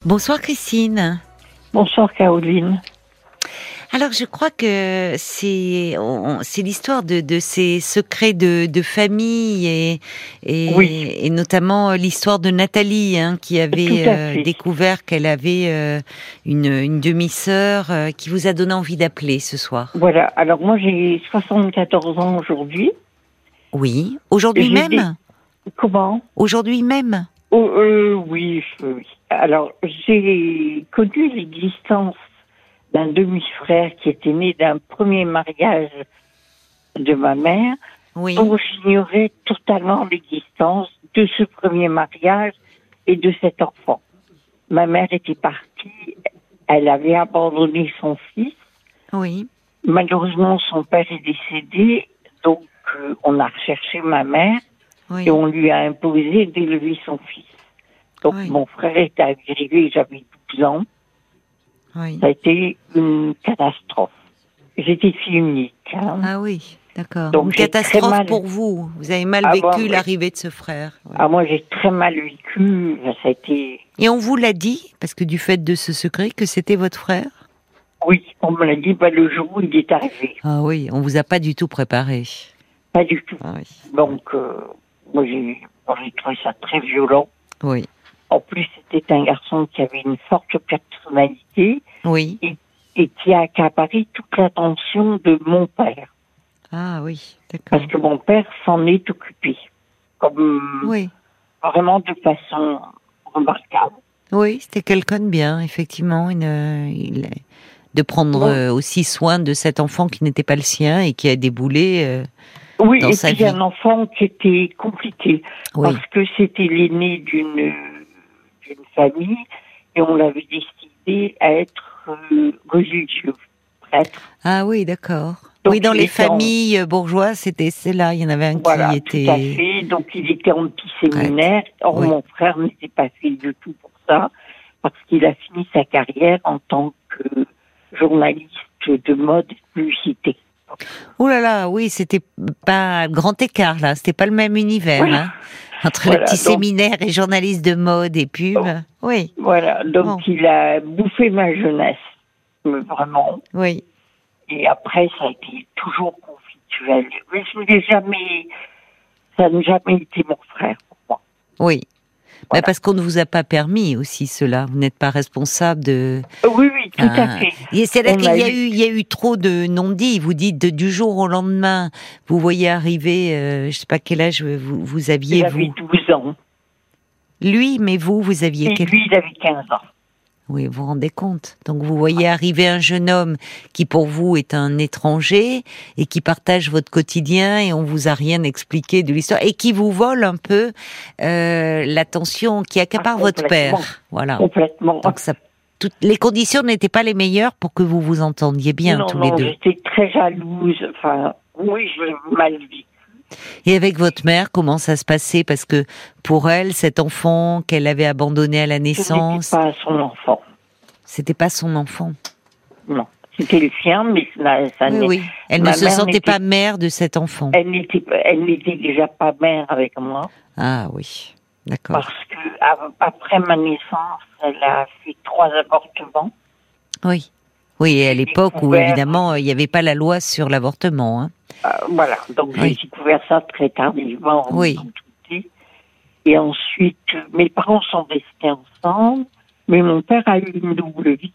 Bonsoir Christine. Bonsoir Caroline. Alors je crois que c'est l'histoire de ces secrets de famille Oui, et notamment l'histoire de Nathalie qui tout à avait fait. découvert qu'elle avait une demi-sœur qui vous a donné envie d'appeler ce soir. Voilà. Alors moi j'ai 74 ans aujourd'hui. Oui, aujourd'hui J'ai des... même. Comment? Aujourd'hui même. Oh, oui, oui. Alors j'ai connu l'existence d'un demi-frère qui était né d'un premier mariage de ma mère, Oui. dont j'ignorais totalement l'existence de ce premier mariage et de cet enfant. Ma mère était partie, elle avait abandonné son fils. Oui. Malheureusement, son père est décédé, donc on a recherché ma mère Oui. et on lui a imposé d'élever son fils. Donc Oui. mon frère est arrivé, j'avais 12 ans. Oui. Ça a été une catastrophe. J'étais fille unique. Ah oui, d'accord. Donc Une j'ai très catastrophe mal... pour vous. Vous avez mal Ah, vécu l'arrivée de ce frère. Oui. moi j'ai très mal vécu. Ça a été... Et on vous l'a dit, parce que du fait de ce secret, que c'était votre frère? Oui, on me l'a dit le jour où il est arrivé. Ah oui, on vous a pas du tout préparé. Pas du tout. Ah oui. Donc moi j'ai trouvé ça très violent. Oui. En plus, c'était un garçon qui avait une forte personnalité Oui. et qui a accaparé toute l'attention de mon père. Ah oui, d'accord. Parce que mon père s'en est occupé. Comme Oui. vraiment de façon remarquable. Oui, c'était quelqu'un de bien, effectivement. De prendre aussi soin de cet enfant qui n'était pas le sien et qui a déboulé Oui, dans et sa puis vie. un enfant qui était compliqué. Oui. Parce que c'était l'aîné d'une famille et on l'avait décidé à être religieux, prêtre. Ah oui, d'accord. Donc, Oui, dans il les était familles bourgeois, c'est là. Il y en avait un Voilà, qui tout à était fait. Donc, il était en petit prêtre. séminaire. Or, Oui. mon frère n'était pas fait du tout pour ça, parce qu'il a fini sa carrière en tant que journaliste de mode et publicité. Oh là là, oui, c'était pas grand écart là. C'était pas le même univers, Voilà. entre le Voilà, petit donc, séminaire et journaliste de mode et pub. Oui. voilà. Donc, Bon. il a bouffé ma jeunesse, mais vraiment. Oui. Et après, ça a été toujours conflictuel. Mais ça n'a jamais été mon frère pour moi. Oui. Voilà. Mais parce qu'on ne vous a pas permis aussi cela. Vous n'êtes pas responsable de. Oui, tout à fait. C'est-à-dire On qu'il a il y a eu trop de non-dits. Vous dites du jour au lendemain, vous voyez arriver, je sais pas quel âge vous aviez, J'avais vous. 12 ans. Lui, mais vous aviez Et quel. lui, il avait 15 ans. Oui, vous vous rendez compte. Donc vous voyez arriver un jeune homme qui pour vous est un étranger et qui partage votre quotidien et on vous a rien expliqué de l'histoire et qui vous vole un peu l'attention, qui accapare votre père. Voilà. Complètement. Donc toutes les conditions n'étaient pas les meilleures pour que vous vous entendiez bien non, tous les deux. j'étais très jalouse. Enfin, oui, je l'ai mal vécu. Et avec votre mère, comment ça se passait? Parce que pour elle, cet enfant qu'elle avait abandonné à la naissance, Ce n'était pas son enfant. c'était pas son enfant. Non, c'était le sien, mais ça Oui, n'est. oui. Elle ne se sentait pas mère de cet enfant. Elle n'était déjà pas mère avec moi. Ah oui, d'accord. Parce que après ma naissance, elle a fait 3 avortements. Oui. Oui, et à J'ai l'époque où découvert- évidemment il n'y avait pas la loi sur l'avortement. Voilà, donc Oui. j'ai découvert ça très tardivement. Oui. En tout petit. Et ensuite, mes parents sont restés ensemble, mais mon père a eu une double vie.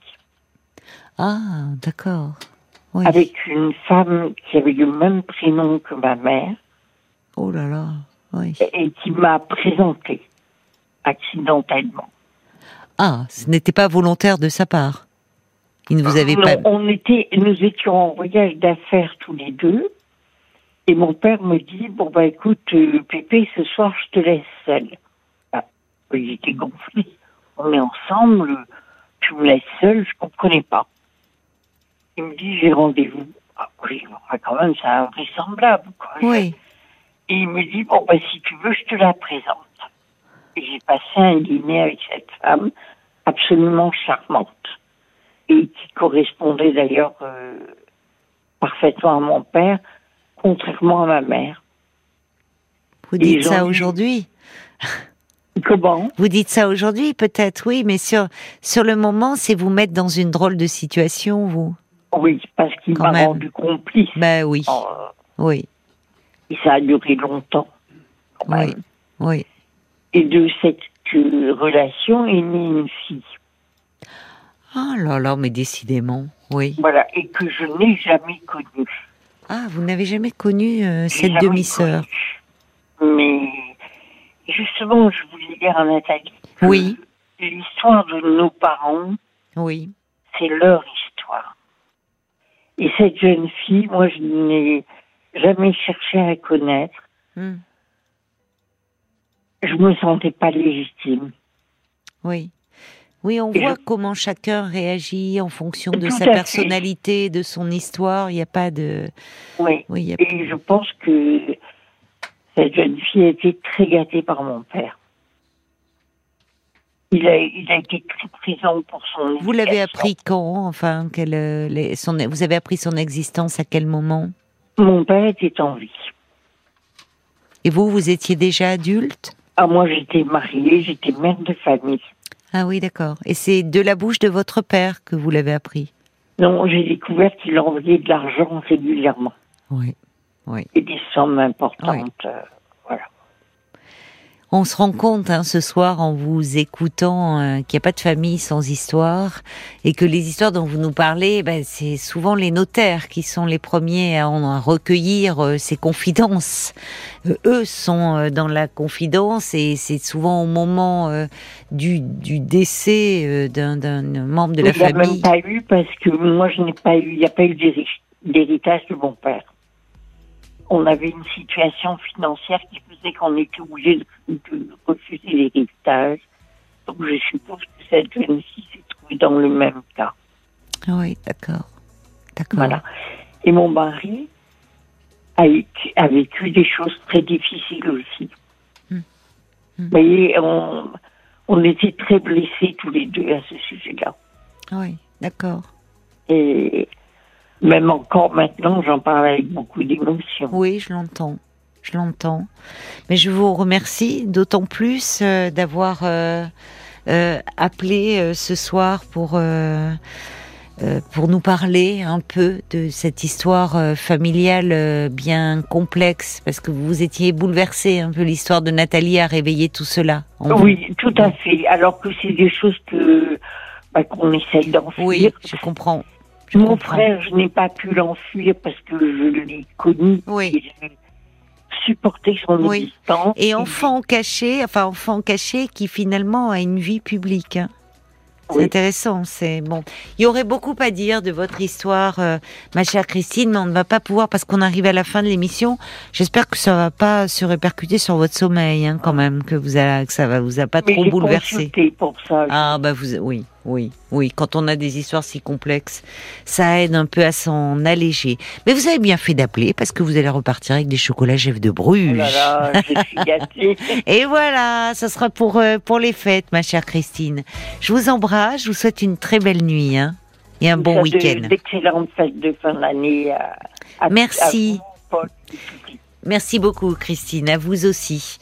Ah, d'accord. Oui. Avec une femme qui avait le même prénom que ma mère Oh là là. Oui. et qui m'a présenté accidentellement. Ah, ce n'était pas volontaire de sa part. Il ne vous avait Non, pas. nous étions en voyage d'affaires tous les deux, et mon père me dit écoute, Pépé, ce soir je te laisse seule. Ah, oui, j'étais gonflée. On est ensemble, tu me laisses seule, je comprenais pas. Il me dit j'ai rendez-vous. Ah oui, quand même c'est invraisemblable, quoi. Oui. Et il me dit si tu veux, je te la présente. Et j'ai passé un dîner avec cette femme absolument charmante et qui correspondait d'ailleurs parfaitement à mon père, contrairement à ma mère. Vous Et dites ils ont ça eu- aujourd'hui? Comment? Vous dites ça aujourd'hui, peut-être, oui, mais sur le moment, c'est vous mettre dans une drôle de situation, vous. Oui, parce qu'il Quand m'a même. rendu complice. Ben oui, oui, Et ça a duré longtemps, quand oui, même. oui. Et de cette relation est née une fille. Oh là là, mais décidément, oui. Voilà, et que je n'ai jamais connue. Ah, vous n'avez jamais connu J'ai cette jamais demi-sœur. connue. Mais justement, je voulais dire à Nathalie que Oui, l'histoire de nos parents, oui, c'est leur histoire. Et cette jeune fille, moi, je n'ai jamais cherché à la connaître. hmm, Je me sentais pas légitime. oui. Oui, on Et voit comment chacun réagit en fonction de Tout sa à fait. personnalité, de son histoire. Il n'y a pas de... Oui. Oui, il y a... Et je pense que cette jeune fille a été très gâtée par mon père. Il a été très présent pour son Vous l'avez éducation. appris quand? Enfin, vous avez appris son existence à quel moment? Mon père était en vie. Et vous étiez déjà adulte? Ah, moi, j'étais mariée, j'étais mère de famille. Ah oui, d'accord. Et c'est de la bouche de votre père que vous l'avez appris? Non, j'ai découvert qu'il envoyait de l'argent régulièrement. Oui, oui. Et des sommes importantes. Voilà. On se rend compte ce soir en vous écoutant qu'il n'y a pas de famille sans histoire et que les histoires dont vous nous parlez, c'est souvent les notaires qui sont les premiers à recueillir ces confidences. Eux sont dans la confidence et c'est souvent au moment du décès d'un membre de la Il n'y a famille. même pas eu parce que moi, je n'ai pas eu, il n'y a pas eu d'héritage de mon père. On avait une situation financière qui faisait qu'on était obligé de refuser l'héritage. Donc je suppose que cette jeune fille s'est trouvée dans le même cas. Oui, d'accord. D'accord. Voilà. Et mon mari a vécu des choses très difficiles aussi. Vous voyez, on était très blessés tous les deux à ce sujet-là. Oui, d'accord. Et même encore maintenant, j'en parle avec beaucoup d'émotion. Oui, je l'entends. Je l'entends. Mais je vous remercie d'autant plus d'avoir appelé ce soir pour nous parler un peu de cette histoire familiale bien complexe, parce que vous étiez bouleversée un peu. L'histoire de Nathalie a réveillé tout cela. Oui, tout à fait. Alors que c'est des choses qu'on essaye d'enfuir. Oui, je comprends. Mon frère, je n'ai pas pu l'enfuir parce que je l'ai connu. Oui. Et j'ai supporté son existence. Et enfant caché qui finalement a une vie publique. C'est intéressant, c'est bon. Il y aurait beaucoup à dire de votre histoire, ma chère Christine, mais on ne va pas pouvoir parce qu'on arrive à la fin de l'émission. J'espère que ça va pas se répercuter sur votre sommeil, quand même, que ça vous a pas trop bouleversé. Pour ça. Ah oui. Quand on a des histoires si complexes, ça aide un peu à s'en alléger. Mais vous avez bien fait d'appeler parce que vous allez repartir avec des chocolats Jeff de Bruges. Oh là là, je suis gâtée. Et voilà, ça sera pour les fêtes, ma chère Christine. Je vous embrasse, je vous souhaite une très belle nuit et un bon week-end. D'excellentes fêtes de fin d'année. Merci. À vous, Paul. Merci beaucoup, Christine. À vous aussi.